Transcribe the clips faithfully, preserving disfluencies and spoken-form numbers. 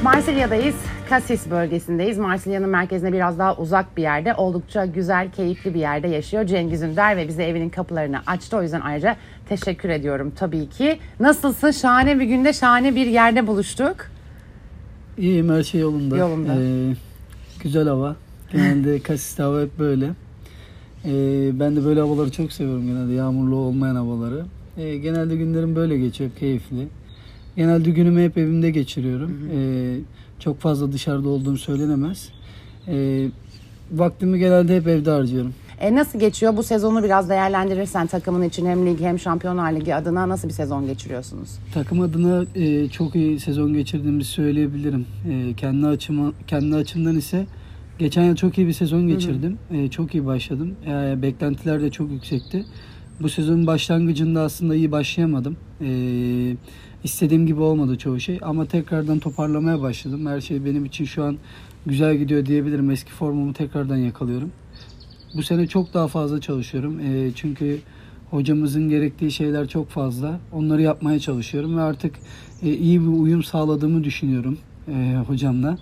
Marsilya'dayız. Cassis bölgesindeyiz. Marsilya'nın merkezine biraz daha uzak bir yerde, oldukça güzel, keyifli bir yerde yaşıyor Cengiz Ünder ve bize evinin kapılarını açtı. O yüzden ayrıca teşekkür ediyorum tabii ki. Nasılsın? Şahane bir günde, şahane bir yerde buluştuk. İyiyim, her şey yolunda. Yolunda. Ee, güzel hava. Genelde Cassis'te hava hep böyle. Ee, ben de böyle havaları çok seviyorum genelde. Yağmurlu olmayan havaları. Ee, genelde günlerim böyle geçiyor, keyifli. Genelde günümü hep evimde geçiriyorum. Hı hı. Ee, çok fazla dışarıda olduğum söylenemez. Ee, vaktimi genelde hep evde harcıyorum. E nasıl geçiyor? Bu sezonu biraz değerlendirirsen takımın için hem lig hem Şampiyonlar Ligi adına nasıl bir sezon geçiriyorsunuz? Takım adına e, çok iyi sezon geçirdiğimizi söyleyebilirim. E, kendi açıma, kendi açımdan ise geçen yıl çok iyi bir sezon geçirdim. Hı hı. E, çok iyi başladım. E, beklentiler de çok yüksekti. Bu sezonun başlangıcında aslında iyi başlayamadım. E, istediğim gibi olmadı çoğu şey ama tekrardan toparlamaya başladım. Her şey benim için şu an güzel gidiyor diyebilirim. Eski formumu tekrardan yakalıyorum. Bu sene çok daha fazla çalışıyorum. E, çünkü hocamızın gerektiği şeyler çok fazla. Onları yapmaya çalışıyorum ve artık e, iyi bir uyum sağladığımı düşünüyorum e, hocamla.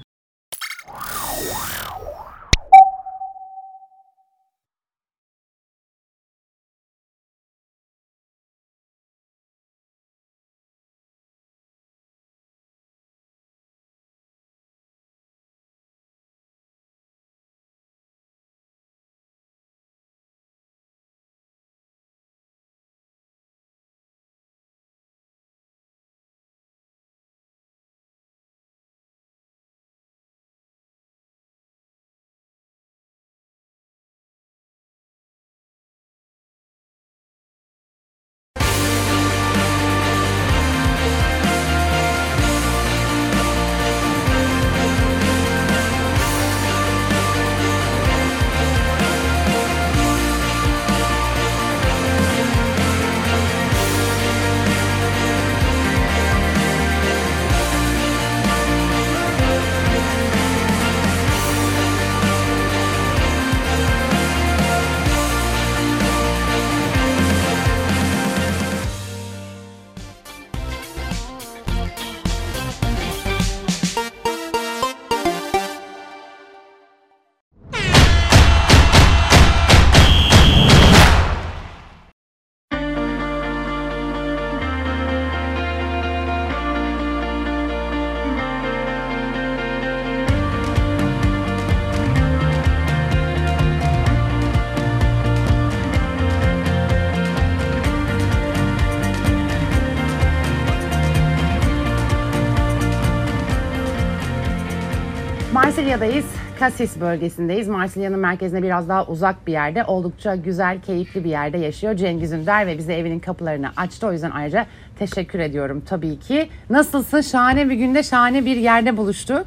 Marsilya'dayız. Cassis bölgesindeyiz. Marsilya'nın merkezine biraz daha uzak bir yerde, oldukça güzel, keyifli bir yerde yaşıyor Cengiz Ünder ve bize evinin kapılarını açtı. O yüzden ayrıca teşekkür ediyorum tabii ki. Nasılsın? Şahane bir günde, şahane bir yerde buluştuk.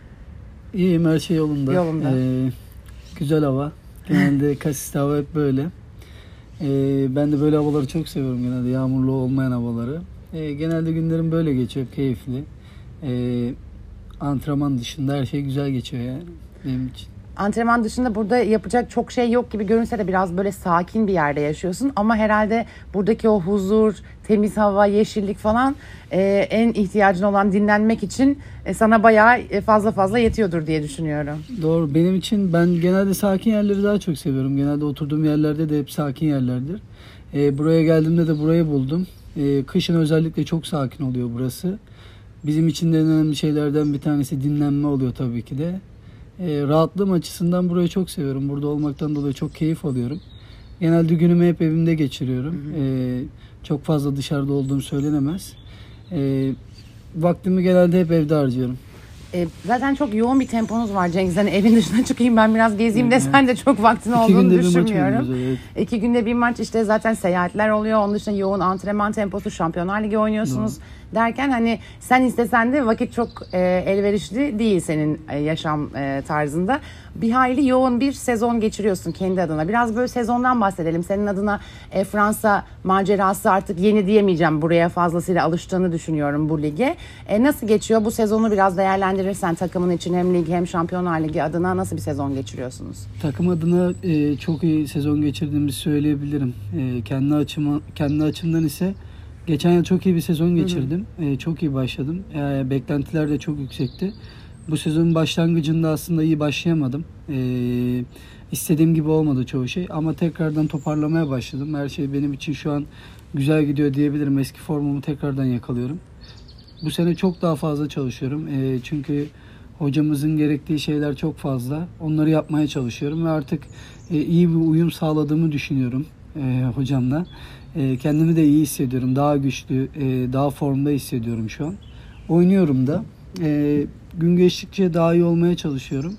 İyiyim, her şey yolunda. Yolunda. Ee, güzel hava. Genelde Cassis'te hava hep böyle. Ee, ben de böyle havaları çok seviyorum genelde. Yağmurlu olmayan havaları. Ee, genelde günlerim böyle geçiyor, keyifli. Ee, Antrenman dışında her şey güzel geçiyor yani benim için. Antrenman dışında burada yapacak çok şey yok gibi görünse de biraz böyle sakin bir yerde yaşıyorsun. Ama herhalde buradaki o huzur, temiz hava, yeşillik falan e, en ihtiyacın olan dinlenmek için e, sana bayağı fazla fazla yetiyordur diye düşünüyorum. Doğru. Benim için ben genelde sakin yerleri daha çok seviyorum. Genelde oturduğum yerlerde de hep sakin yerlerdir. E, buraya geldiğimde de burayı buldum. E, kışın özellikle çok sakin oluyor burası. Bizim için de önemli şeylerden bir tanesi dinlenme oluyor tabii ki de. E, rahatlığım açısından burayı çok seviyorum. Burada olmaktan dolayı çok keyif alıyorum. Genelde günümü hep evimde geçiriyorum. Hı hı. E, çok fazla dışarıda olduğum söylenemez. E, vaktimi genelde hep evde harcıyorum. E, zaten çok yoğun bir temponuz var Cengiz. Hani evin dışına çıkayım ben biraz gezeyim desen de çok vaktin İki olduğunu günde düşünmüyorum. Bir maç evet. İki günde bir maç, işte zaten seyahatler oluyor. Onun dışında yoğun antrenman temposu, Şampiyonlar Ligi oynuyorsunuz. Doğru. Derken hani sen istesen de vakit çok e, elverişli değil senin e, yaşam e, tarzında. Bir hayli yoğun bir sezon geçiriyorsun kendi adına. Biraz böyle sezondan bahsedelim. Senin adına e, Fransa macerası artık yeni diyemeyeceğim. Buraya fazlasıyla alıştığını düşünüyorum bu lige. E, nasıl geçiyor? Bu sezonu biraz değerlendirirsen takımın için hem lig hem Şampiyonlar Ligi adına nasıl bir sezon geçiriyorsunuz? Takım adına e, çok iyi sezon geçirdiğimizi söyleyebilirim. E, kendi açıma, kendi açımdan ise Geçen yıl çok iyi bir sezon geçirdim. Hı hı. E, çok iyi başladım. E, beklentiler de çok yüksekti. Bu sezonun başlangıcında aslında iyi başlayamadım. E, istediğim gibi olmadı çoğu şey. Ama tekrardan toparlamaya başladım. Her şey benim için şu an güzel gidiyor diyebilirim. Eski formumu tekrardan yakalıyorum. Bu sene çok daha fazla çalışıyorum. E, çünkü hocamızın gerektiği şeyler çok fazla. Onları yapmaya çalışıyorum ve artık e, iyi bir uyum sağladığımı düşünüyorum e, hocamla. E, kendimi de iyi hissediyorum. Daha güçlü, e, daha formda hissediyorum şu an. Oynuyorum da. E, gün geçtikçe daha iyi olmaya çalışıyorum.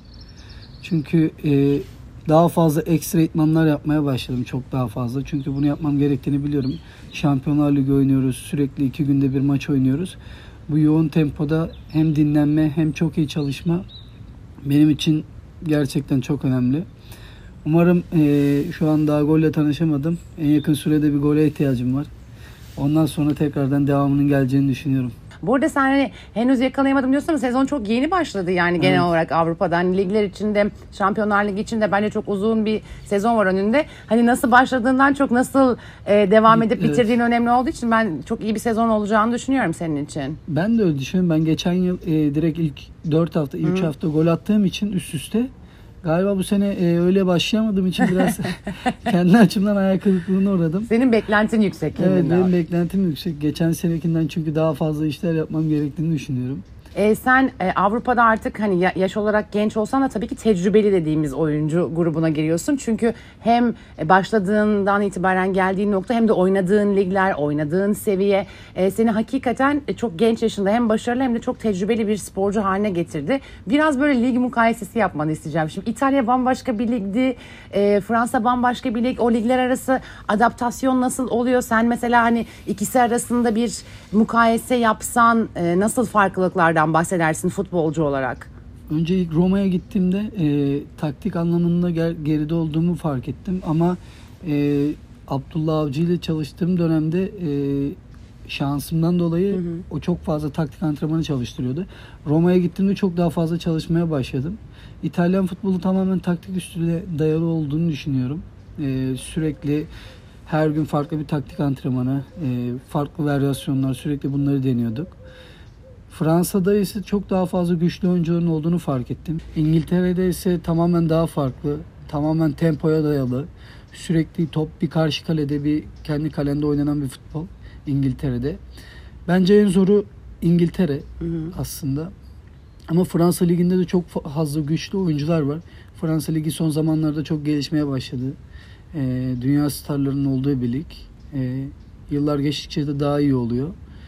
Çünkü e, daha fazla ekstra idmanlar yapmaya başladım. Çok daha fazla. Çünkü bunu yapmam gerektiğini biliyorum. Şampiyonlar Ligi oynuyoruz. Sürekli iki günde bir maç oynuyoruz. Bu yoğun tempoda hem dinlenme hem çok iyi çalışma benim için gerçekten çok önemli. Umarım e, şu an daha golle tanışamadım. En yakın sürede bir gole ihtiyacım var. Ondan sonra tekrardan devamının geleceğini düşünüyorum. Bu arada sen hani henüz yakalayamadım diyorsun ama sezon çok yeni başladı yani genel evet. olarak Avrupa'dan. Ligler içinde, Şampiyonlar Ligi içinde bence çok uzun bir sezon var önünde. Hani nasıl başladığından çok nasıl e, devam edip evet. bitirdiğin önemli olduğu için ben çok iyi bir sezon olacağını düşünüyorum senin için. Ben de öyle düşünüyorum. Ben geçen yıl e, direkt ilk dört hafta, üç hafta gol attığım için üst üste galiba bu sene e, öyle başlayamadığım için biraz kendi açımdan hayal kırıklığına uğradım. Senin beklentin yüksek. Evet, benim var. beklentim yüksek. Geçen senekinden çünkü daha fazla işler yapmam gerektiğini düşünüyorum. E, sen e, Avrupa'da artık hani yaş olarak genç olsan da tabii ki tecrübeli dediğimiz oyuncu grubuna giriyorsun. Çünkü hem başladığından itibaren geldiğin nokta hem de oynadığın ligler, oynadığın seviye e, seni hakikaten çok genç yaşında hem başarılı hem de çok tecrübeli bir sporcu haline getirdi. Biraz böyle lig mukayesesi yapmanı isteyeceğim. Şimdi İtalya bambaşka bir ligdi, e, Fransa bambaşka bir lig. O ligler arası adaptasyon nasıl oluyor? Sen mesela hani ikisi arasında bir mukayese yapsan e, nasıl farklılıklardan bahsedersin futbolcu olarak? Önce ilk Roma'ya gittiğimde e, taktik anlamında ger- geride olduğumu fark ettim ama e, Abdullah Avcı ile çalıştığım dönemde e, şansımdan dolayı hı hı. o çok fazla taktik antrenmanı çalıştırıyordu. Roma'ya gittiğimde çok daha fazla çalışmaya başladım. İtalyan futbolu tamamen taktik üstüne dayalı olduğunu düşünüyorum. E, sürekli her gün farklı bir taktik antrenmanı, e, farklı varyasyonlar, sürekli bunları deniyorduk. Fransa'da ise çok daha fazla güçlü oyuncuların olduğunu fark ettim. İngiltere'de ise tamamen daha farklı, tamamen tempoya dayalı. Sürekli top bir karşı kalede, bir kendi kalende oynanan bir futbol İngiltere'de. Bence en zoru İngiltere hı hı. aslında. Ama Fransa Ligi'nde de çok fazla güçlü oyuncular var. Fransa Ligi son zamanlarda çok gelişmeye başladı. Ee, dünya starlarının olduğu bir lig. Ee, yıllar geçtikçe de daha iyi oluyor.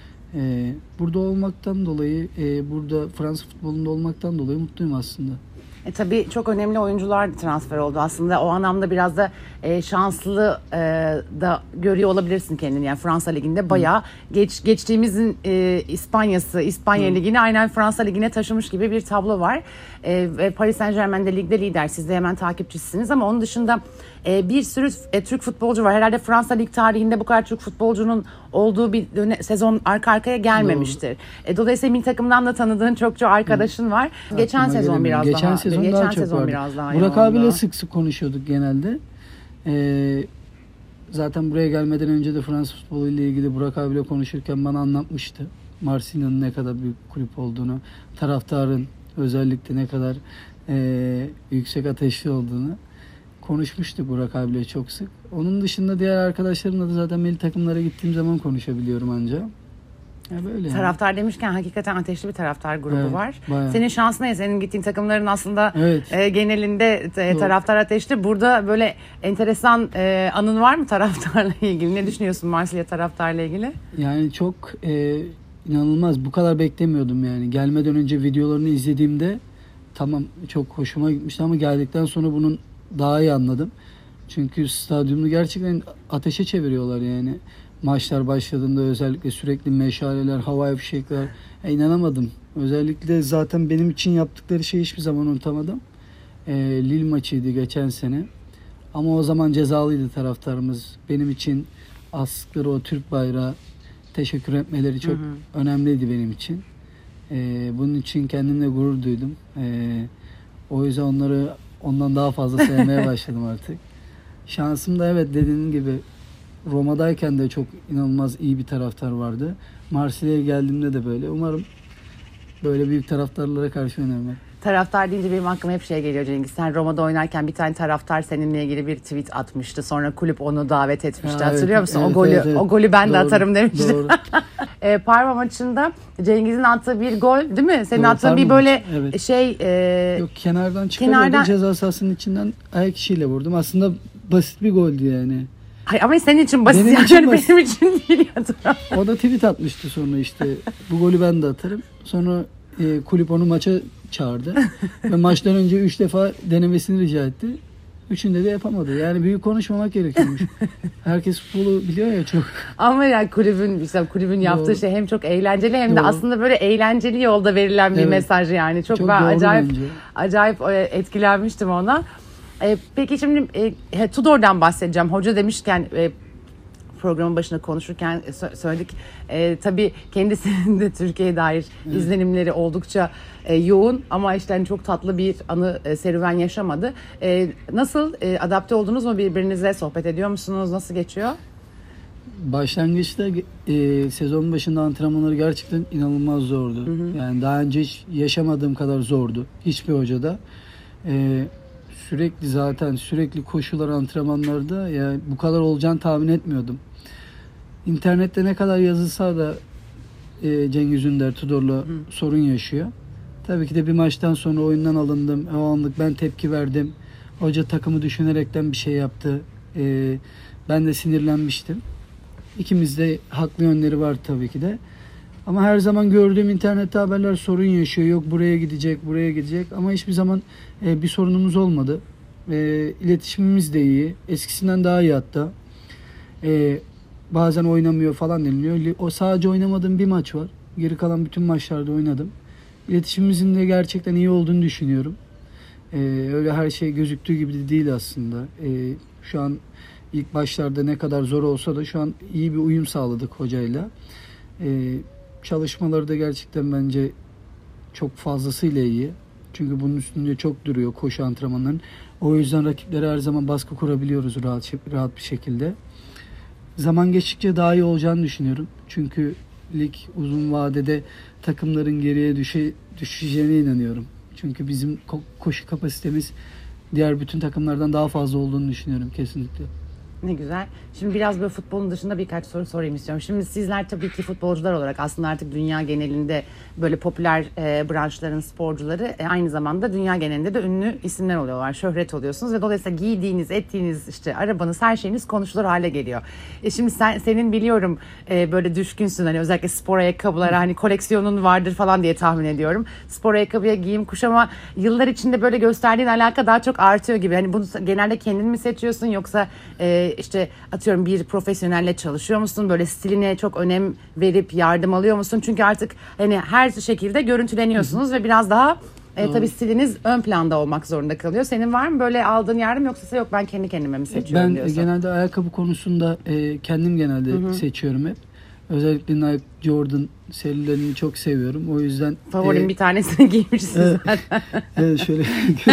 Ee, burada olmaktan dolayı, e, burada Fransa futbolunda olmaktan dolayı mutluyum aslında. E, tabii çok önemli oyuncular transfer oldu aslında. O anlamda biraz da e, şanslı e, da görüyor olabilirsin kendini. Yani Fransa Ligi'nde bayağı geç geçtiğimizin e, İspanya'sı, İspanya Hı. Ligi'ni aynen Fransa Ligi'ne taşımış gibi bir tablo var. E, ve Paris Saint-Germain'de ligde lider. Siz de hemen takipçisiniz ama onun dışında e, bir sürü e, Türk futbolcu var. Herhalde Fransa Lig tarihinde bu kadar Türk futbolcunun olduğu bir döne, sezon arka arkaya gelmemiştir. E, dolayısıyla milli takımdan da tanıdığın çokça arkadaşın var. Hı. Geçen Aklıma sezon gelemiyorum. biraz Geçen daha. Sezon Geçen daha sezon çok biraz daha. Burak abiyle sık sık konuşuyorduk genelde. Ee, zaten buraya gelmeden önce de Fransız futbolu ile ilgili Burak abiyle konuşurken bana anlatmıştı. Marsilya'nın ne kadar büyük kulüp olduğunu, taraftarın özellikle ne kadar e, yüksek ateşli olduğunu konuşmuştuk Burak abiyle çok sık. Onun dışında diğer arkadaşlarımla da zaten milli takımlara gittiğim zaman konuşabiliyorum ancak. Ya böyle yani. Taraftar demişken hakikaten ateşli bir taraftar grubu evet, var. Bayağı. Senin şansın ne? Senin gittiğin takımların aslında evet. e, genelinde e, taraftar ateşli. Burada böyle enteresan e, anın var mı taraftarla ilgili? Ne düşünüyorsun Marsilya taraftarla ilgili? Yani çok e, inanılmaz. Bu kadar beklemiyordum yani. Gelmeden önce videolarını izlediğimde tamam çok hoşuma gitmişti ama geldikten sonra bunun daha iyi anladım. Çünkü stadyumu gerçekten ateşe çeviriyorlar yani. Maçlar başladığında özellikle sürekli meşaleler, havai fişekler. E, inanamadım. Özellikle zaten benim için yaptıkları şeyi hiçbir zaman unutamadım. E, Lille maçıydı geçen sene. Ama o zaman cezalıydı taraftarımız. Benim için astıkları o Türk bayrağı teşekkür etmeleri çok hı hı. önemliydi benim için. E, bunun için kendimle gurur duydum. E, o yüzden onları ondan daha fazla sevmeye başladım artık. Şansım da evet dediğin gibi Roma'dayken de çok inanılmaz iyi bir taraftar vardı. Marsilya'ya geldiğimde de böyle. Umarım böyle büyük taraftarlara karşı oynarım. Taraftar deyince benim aklıma hep şey geliyor Cengiz. Sen Roma'da oynarken bir tane taraftar seninle ilgili bir tweet atmıştı. Sonra kulüp onu davet etmişti. Ha, Hatırlıyor evet, musun? evet, o golü evet, evet. o golü ben Doğru, de atarım demişti. Doğru. e, Parma maçında Cengiz'in attığı bir gol değil mi? Senin Doğru, attığın Parma bir böyle maçı, evet. şey e, Yok, kenardan çıkarıyordu. kenardan- Ceza sahasının içinden ayak içiyle vurdum. Aslında basit bir goldü yani. Hayır, ama senin için basit. Benim yani için basit. benim için değil ya. O da tweet atmıştı sonra işte. Bu golü ben de atarım. Sonra e, kulüp onu maça çağırdı. Ve maçtan önce üç defa denemesini rica etti. Üçünde de yapamadı. Yani büyük konuşmamak gerekiyormuş. Herkes futbolu biliyor ya çok. Ama yani kulübün işte kulübün yaptığı Doğru. şey hem çok eğlenceli hem de Doğru. aslında böyle eğlenceli yolda verilen bir Evet. mesaj yani. Çok, Çok ben doğru acayip bence. acayip e, etkilenmiştim ona. E, peki şimdi e, Tudor'dan bahsedeceğim. Hoca demişken e, programın başında konuşurken sö- söyledik. E, tabii kendisinin de Türkiye'ye dair evet. izlenimleri oldukça e, yoğun ama işte hani çok tatlı bir anı e, serüven yaşamadı. E, nasıl e, adapte oldunuz mu birbirinize? Sohbet ediyor musunuz? Nasıl geçiyor? Başlangıçta e, sezon başında antrenmanları gerçekten inanılmaz zordu. Hı hı. Yani daha önce hiç yaşamadığım kadar zordu. Hiçbir hocada. E, sürekli zaten sürekli koşular antrenmanlarda yani bu kadar olacağını tahmin etmiyordum. İnternette ne kadar yazılsa da e, Cengiz Ünder Tudor'la Hı. sorun yaşıyor. Tabii ki de bir maçtan sonra oyundan alındım. O anlık ben tepki verdim. Hoca takımı düşünerekten bir şey yaptı. E, ben de sinirlenmiştim. İkimiz de haklı yönleri var tabii ki de. Ama her zaman gördüğüm internette haberler sorun yaşıyor. Yok buraya gidecek, buraya gidecek. Ama hiçbir zaman e, bir sorunumuz olmadı. E, iletişimimiz de iyi. Eskisinden daha iyi hatta. E, bazen oynamıyor falan deniliyor. O sadece oynamadığım bir maç var. Geri kalan bütün maçlarda oynadım. İletişimimizin de gerçekten iyi olduğunu düşünüyorum. E, öyle her şey gözüktüğü gibi de değil aslında. E, şu an ilk başlarda ne kadar zor olsa da şu an iyi bir uyum sağladık hocayla. Ee, çalışmaları da gerçekten bence çok fazlasıyla iyi. Çünkü bunun üstünde çok duruyor koşu antrenmanların. O yüzden rakiplere her zaman baskı kurabiliyoruz rahat, rahat bir şekilde. Zaman geçtikçe daha iyi olacağını düşünüyorum. Çünkü lig uzun vadede takımların geriye düşe, düşeceğine inanıyorum. Çünkü bizim ko- koşu kapasitemiz diğer bütün takımlardan daha fazla olduğunu düşünüyorum kesinlikle. Ne güzel. Şimdi biraz böyle futbolun dışında birkaç soru sorayım istiyorum. Şimdi sizler tabii ki futbolcular olarak aslında artık dünya genelinde böyle popüler e, branşların sporcuları e, aynı zamanda dünya genelinde de ünlü isimler oluyorlar. Şöhret oluyorsunuz ve dolayısıyla giydiğiniz, ettiğiniz, işte arabanız, her şeyiniz konuşulur hale geliyor. E şimdi sen, senin biliyorum e, böyle düşkünsün hani özellikle spor ayakkabılara, hani koleksiyonun vardır falan diye tahmin ediyorum. Spor ayakkabıya, giyim, kuşama yıllar içinde böyle gösterdiğin alaka daha çok artıyor gibi. Hani bunu genelde kendin mi seçiyorsun yoksa e, işte atıyorum bir profesyonelle çalışıyor musun? Böyle stiline çok önem verip yardım alıyor musun? Çünkü artık hani her şekilde görüntüleniyorsunuz Hı-hı. ve biraz daha e, tabii stiliniz ön planda olmak zorunda kalıyor. Senin var mı böyle aldığın yardım yoksa yok ben kendi kendime mi seçiyorum ben diyorsun? Ben genelde ayakkabı konusunda e, kendim genelde Hı-hı. seçiyorum hep. Özellikle Nike Jordan serilerini çok seviyorum. O yüzden favorim e, bir tanesini giymişsin evet, zaten. Evet şöyle.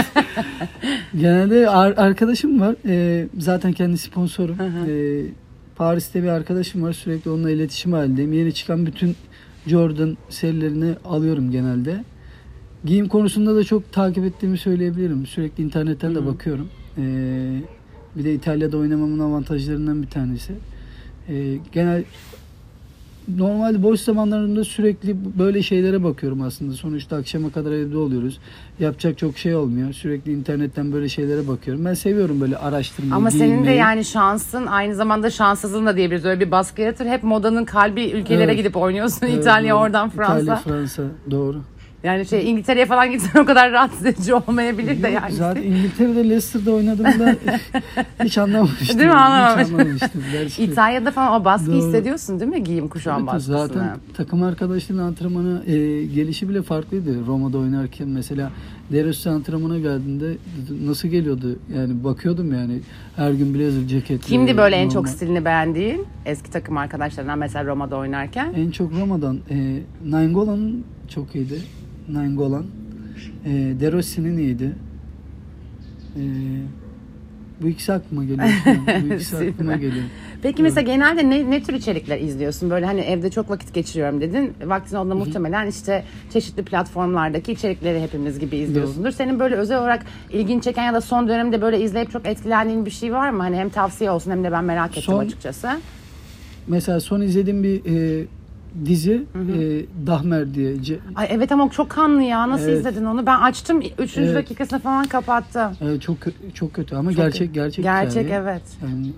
Genelde ar- arkadaşım var. E, zaten kendi sponsorum. E, Paris'te bir arkadaşım var. Sürekli onunla iletişim halindeyim. Yeni çıkan bütün Jordan serilerini alıyorum genelde. Giyim konusunda da çok takip ettiğimi söyleyebilirim. Sürekli internetten de bakıyorum. E, bir de İtalya'da oynamamın avantajlarından bir tanesi. E, genel Normalde boş zamanlarımda sürekli böyle şeylere bakıyorum aslında. Sonuçta akşama kadar evde oluyoruz. Yapacak çok şey olmuyor. Sürekli internetten böyle şeylere bakıyorum. Ben seviyorum böyle araştırmayı, Ama giyinmeyi. senin de yani şansın aynı zamanda şanssızlığın da diyebiliriz. Öyle bir baskı yaratır. Hep modanın kalbi ülkelere Evet. gidip oynuyorsun. Evet, İtalya, doğru. oradan Fransa. İtalya, Fransa. Doğru. Yani şey İngiltere'ye falan gitsen o kadar rahatsız edici olmayabilir de yani. Zaten İngiltere'de Leicester'da oynadığımda hiç anlamamıştım. Değil mi? Anlamamıştım. Hiç anlamamıştım. Gerçekten. İtalya'da falan o baskı Doğru. hissediyorsun değil mi? Giyim kuşam Evet, baskısını. zaten takım arkadaşlarının antrenmanı e, gelişi bile farklıydı. Roma'da oynarken mesela De Rossi antrenmana geldiğinde nasıl geliyordu? Yani bakıyordum yani her gün blazer ceket. Kimdi böyle en normal. çok stilini beğendiğin eski takım arkadaşlarından mesela Roma'da oynarken? En çok Roma'dan e, Nainggolan'ın çok iyiydi. Nainggolan. E, De Rossi'nin iyiydi. E, bu ikisi aklıma geliyor. Bu ikisi aklıma geliyor. Peki mesela genelde ne, ne tür içerikler izliyorsun? Böyle hani evde çok vakit geçiriyorum dedin. Vaktin olduğunda muhtemelen işte çeşitli platformlardaki içerikleri hepimiz gibi izliyorsundur. Senin böyle özel olarak ilgini çeken ya da son dönemde böyle izleyip çok etkilendiğin bir şey var mı? Hani hem tavsiye olsun hem de ben merak ettim Son- açıkçası. Mesela son izlediğim bir e, dizi e, Dahmer diye. Ce- Ay evet ama çok kanlı ya. Nasıl Evet. izledin onu? Ben açtım. Üçüncü Evet. dakikasına falan kapattım. e, çok kö- çok kötü ama Çok gerçek iyi. gerçek Gerçek hikaye. evet. Yani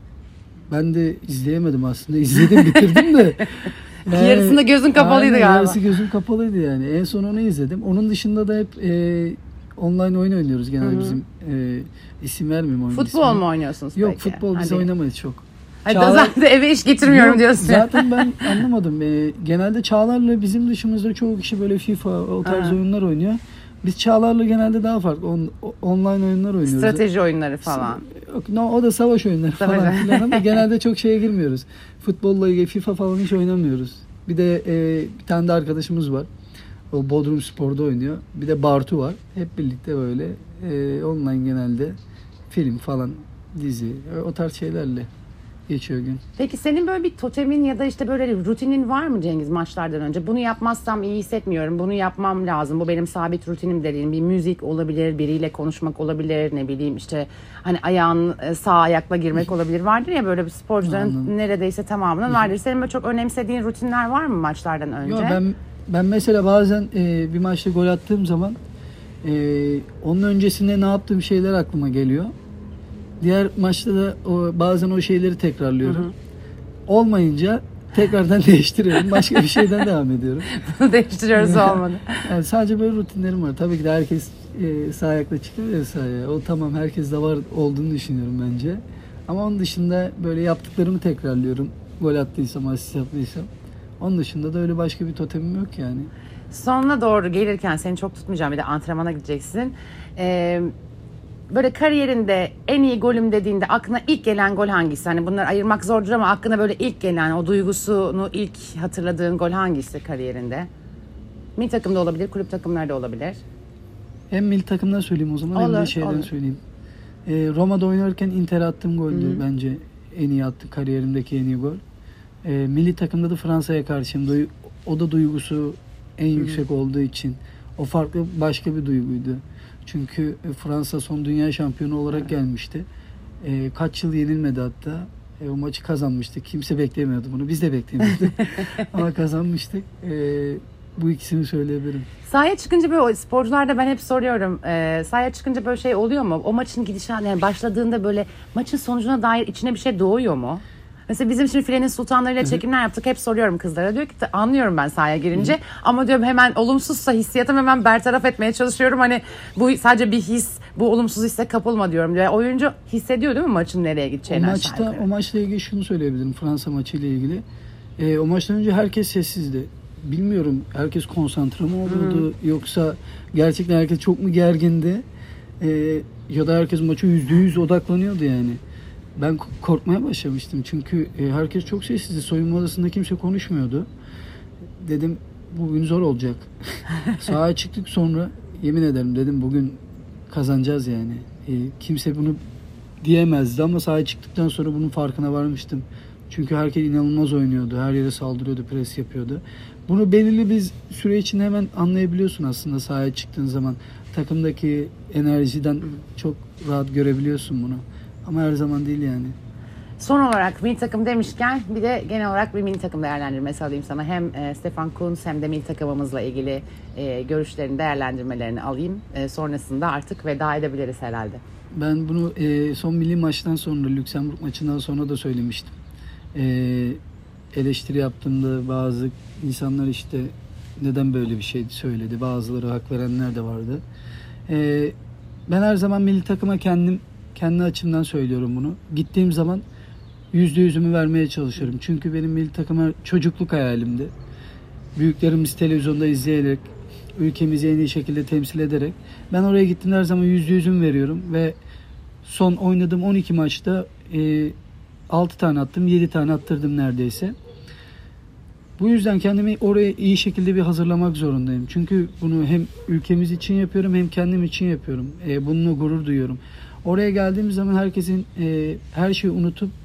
ben de izleyemedim aslında. İzledim, bitirdim de. Yani- Yarısında gözün kapalıydı Aynen, galiba. Yarısı gözüm kapalıydı yani. En son onu izledim. Onun dışında da hep e, online oyun oynuyoruz genelde bizim. E, isim vermeyeyim oyun Futbol ismini. mu oynuyorsunuz Yok, peki? futbol biz Hadi. oynamayız çok. Hadi Çağlar- zaten eve iş getirmiyorum Yok, diyorsun. Zaten ben anlamadım. E, genelde Çağlar'la bizim dışımızda çoğu kişi böyle FIFA, o tarz Aha. oyunlar oynuyor. Biz Çağlar'la genelde daha farklı. On, o- online oyunlar oynuyoruz. Strateji oyunları falan. Yok, no, o da savaş oyunları falan Savaş. filan ama genelde çok şeye girmiyoruz. Futbolla ilgili FIFA falan hiç oynamıyoruz. Bir de e, bir tane de arkadaşımız var. O Bodrum Spor'da oynuyor. Bir de Bartu var. Hep birlikte böyle e, online genelde film falan, dizi, e, o tarz şeylerle geçiyor gün. Peki senin böyle bir totemin ya da işte böyle rutinin var mı Cengiz maçlardan önce? Bunu yapmazsam iyi hissetmiyorum. Bunu yapmam lazım. Bu benim sabit rutinim dediğim bir müzik olabilir, biriyle konuşmak olabilir, ne bileyim işte hani ayağın e, sağ ayakla girmek olabilir. Vardır ya böyle bir sporcuların Anladım. neredeyse tamamının vardır. Senin böyle çok önemsediğin rutinler var mı maçlardan önce? Yo, ben ben mesela bazen e, bir maçta gol attığım zaman e, onun öncesinde ne yaptığım şeyler aklıma geliyor. Diğer maçta da o, bazen o şeyleri tekrarlıyorum. Hı hı. Olmayınca tekrardan değiştiriyorum. Başka bir şeyden devam ediyorum. Bunu değiştiriyoruz olmadı. Yani sadece böyle rutinlerim var. Tabii ki de herkes e, sağ ayakla çıkıyor ya sahaya. O tamam, herkes de var olduğunu düşünüyorum bence. Ama onun dışında böyle yaptıklarımı tekrarlıyorum. Gol attıysam, asist yaptıysam. Onun dışında da öyle başka bir totemim yok yani. Sonuna doğru gelirken seni çok tutmayacağım, bir de antrenmana gideceksin. Ee, böyle kariyerinde en iyi golüm dediğinde aklına ilk gelen gol hangisi? Hani bunları ayırmak zordur ama aklına böyle ilk gelen, o duygusunu ilk hatırladığın gol hangisi kariyerinde? Milli takımda olabilir, kulüp takımlarda olabilir. Hem milli takımdan söyleyeyim o zaman hem Olur, de şeyden olur. söyleyeyim. Ee, Roma'da oynarken Inter'e attığım goldü bence en iyi attı, kariyerimdeki en iyi gol. Ee, milli takımda da Fransa'ya karşıyım. Duy- o da duygusu en yüksek olduğu için o farklı başka bir duyguydu. Çünkü e, Fransa son dünya şampiyonu olarak gelmişti. E, kaç yıl yenilmedi hatta. E, o maçı kazanmıştık. Kimse beklemiyordu bunu. Biz de beklemiyorduk. Ama kazanmıştık. E, bu ikisini söyleyebilirim. Sahaya çıkınca böyle o sporcularda ben hep soruyorum. E, sahaya çıkınca böyle şey oluyor mu? O maçın gidişatı yani başladığında böyle maçın sonucuna dair içine bir şey doğuyor mu? Mesela bizim şimdi Filenin Sultanları'yla çekimler yaptık. Hep soruyorum kızlara. Diyor ki anlıyorum ben sahaya girince. Ama diyorum hemen olumsuzsa hissiyatım hemen bertaraf etmeye çalışıyorum. Hani bu sadece bir his. Bu olumsuz hisse kapılma diyorum diyor. Oyuncu hissediyor değil mi maçın nereye O gideceğini aşağı maçta yukarı? o maçla ilgili şunu söyleyebilirim, Fransa maçı ile ilgili. E, o maçtan önce herkes sessizdi. Bilmiyorum, herkes konsantre mi oluyordu yoksa gerçekten herkes çok mu gergindi? E, ya da herkes maça yüzde yüz odaklanıyordu yani. Ben k- korkmaya başlamıştım çünkü e, herkes çok sessizdi. Soyunma odasında kimse konuşmuyordu. Dedim bugün zor olacak. Sahaya çıktık sonra, yemin ederim dedim bugün kazanacağız yani. E, kimse bunu diyemezdi ama sahaya çıktıktan sonra bunun farkına varmıştım. Çünkü herkes inanılmaz oynuyordu. Her yere saldırıyordu, pres yapıyordu. Bunu belirli bir süre içinde hemen anlayabiliyorsun aslında sahaya çıktığın zaman. Takımdaki enerjiden çok rahat görebiliyorsun bunu. Ama her zaman değil yani. Son olarak milli takım demişken bir de genel olarak bir milli takım değerlendirmesi alayım sana. Hem e, Stefan Kuntz hem de milli takımımızla ilgili e, görüşlerini, değerlendirmelerini alayım. E, sonrasında artık veda edebiliriz herhalde. Ben bunu e, son milli maçtan sonra, Lüksemburg maçından sonra da söylemiştim. E, eleştiri yaptığımda bazı insanlar işte neden böyle bir şey söyledi, bazıları hak verenler de vardı. E, ben her zaman milli takıma kendim, kendi açımdan söylüyorum bunu. Gittiğim zaman yüzde yüzümü vermeye çalışıyorum. Çünkü benim milli takıma çocukluk hayalimdi. Büyüklerimiz televizyonda izleyerek, ülkemizi en iyi şekilde temsil ederek ben oraya gittiğimde her zaman yüzde yüzümü veriyorum ve son oynadığım on iki maçta e, altı tane attım, yedi tane attırdım neredeyse. Bu yüzden kendimi oraya iyi şekilde bir hazırlamak zorundayım. Çünkü bunu hem ülkemiz için yapıyorum hem kendim için yapıyorum. E, bununla gurur duyuyorum. Oraya geldiğim zaman herkesin e, her şeyi unutup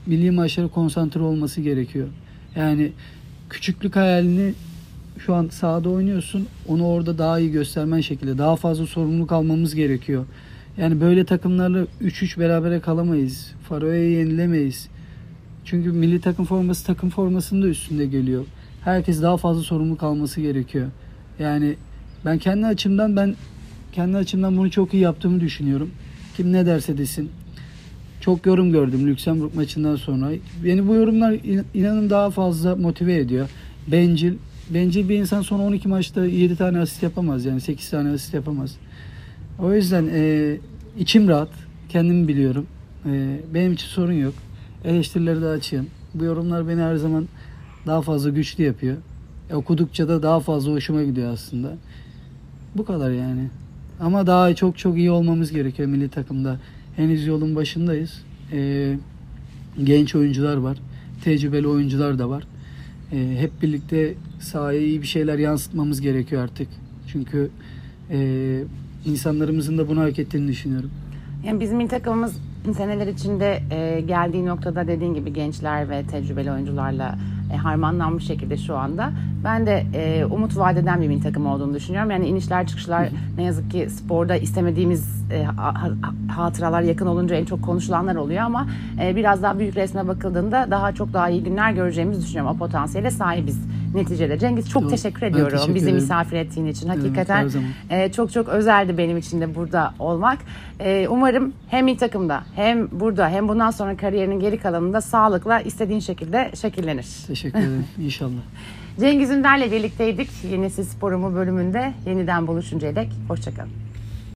milli maçlara konsantre olması gerekiyor. Yani küçüklük hayalini şu an sahada oynuyorsun. Onu orada daha iyi göstermen şekilde daha fazla sorumluluk almamız gerekiyor. Yani böyle takımlarla üç üç berabere kalamayız. Faroe'ye yenilemeyiz. Çünkü milli takım forması takım formasının da üstünde geliyor. Herkes daha fazla sorumluluk alması gerekiyor. Yani ben kendi açımdan ben kendi açımdan bunu çok iyi yaptığımı düşünüyorum. Kim ne derse desin. Çok yorum gördüm Lüksemburg maçından sonra. Beni bu yorumlar inanın daha fazla motive ediyor. Bencil, bencil bir insan son on iki maçta yedi tane asist yapamaz, yani sekiz tane asist yapamaz. O yüzden e, içim rahat, kendimi biliyorum. E, benim için sorun yok. Eleştirileri de açığım. Bu yorumlar beni her zaman daha fazla güçlü yapıyor. E, okudukça da daha fazla hoşuma gidiyor aslında. Bu kadar yani. Ama daha çok çok iyi olmamız gerekiyor milli takımda. Henüz yolun başındayız. E, genç oyuncular var. Tecrübeli oyuncular da var. E, hep birlikte sahaya iyi bir şeyler yansıtmamız gerekiyor artık. Çünkü e, insanlarımızın da bunu hak ettiğini düşünüyorum. Yani bizim milli takımımız seneler içinde e, geldiği noktada dediğin gibi gençler ve tecrübeli oyuncularla e, harmanlanmış şekilde şu anda. Ben de e, umut vaat eden bir milli takım olduğunu düşünüyorum. Yani inişler çıkışlar, ne yazık ki sporda istemediğimiz e, ha- hatıralar yakın olunca en çok konuşulanlar oluyor ama e, biraz daha büyük resme bakıldığında daha çok daha iyi günler göreceğimizi düşünüyorum. O potansiyele sahibiz neticede. Cengiz, çok Doğru. teşekkür Ben ediyorum teşekkür bizi ederim. misafir ettiğin için. Evet, Hakikaten her zaman. e, çok çok özeldi benim için de burada olmak. E, umarım hem milli takımda hem burada hem bundan sonra kariyerinin geri kalanında sağlıkla istediğin şekilde şekillenir. Teşekkür ederim. İnşallah. Cengiz Ünder'le birlikteydik. Yenisi Sporumu bölümünde yeniden buluşuncaya dek hoşçakalın.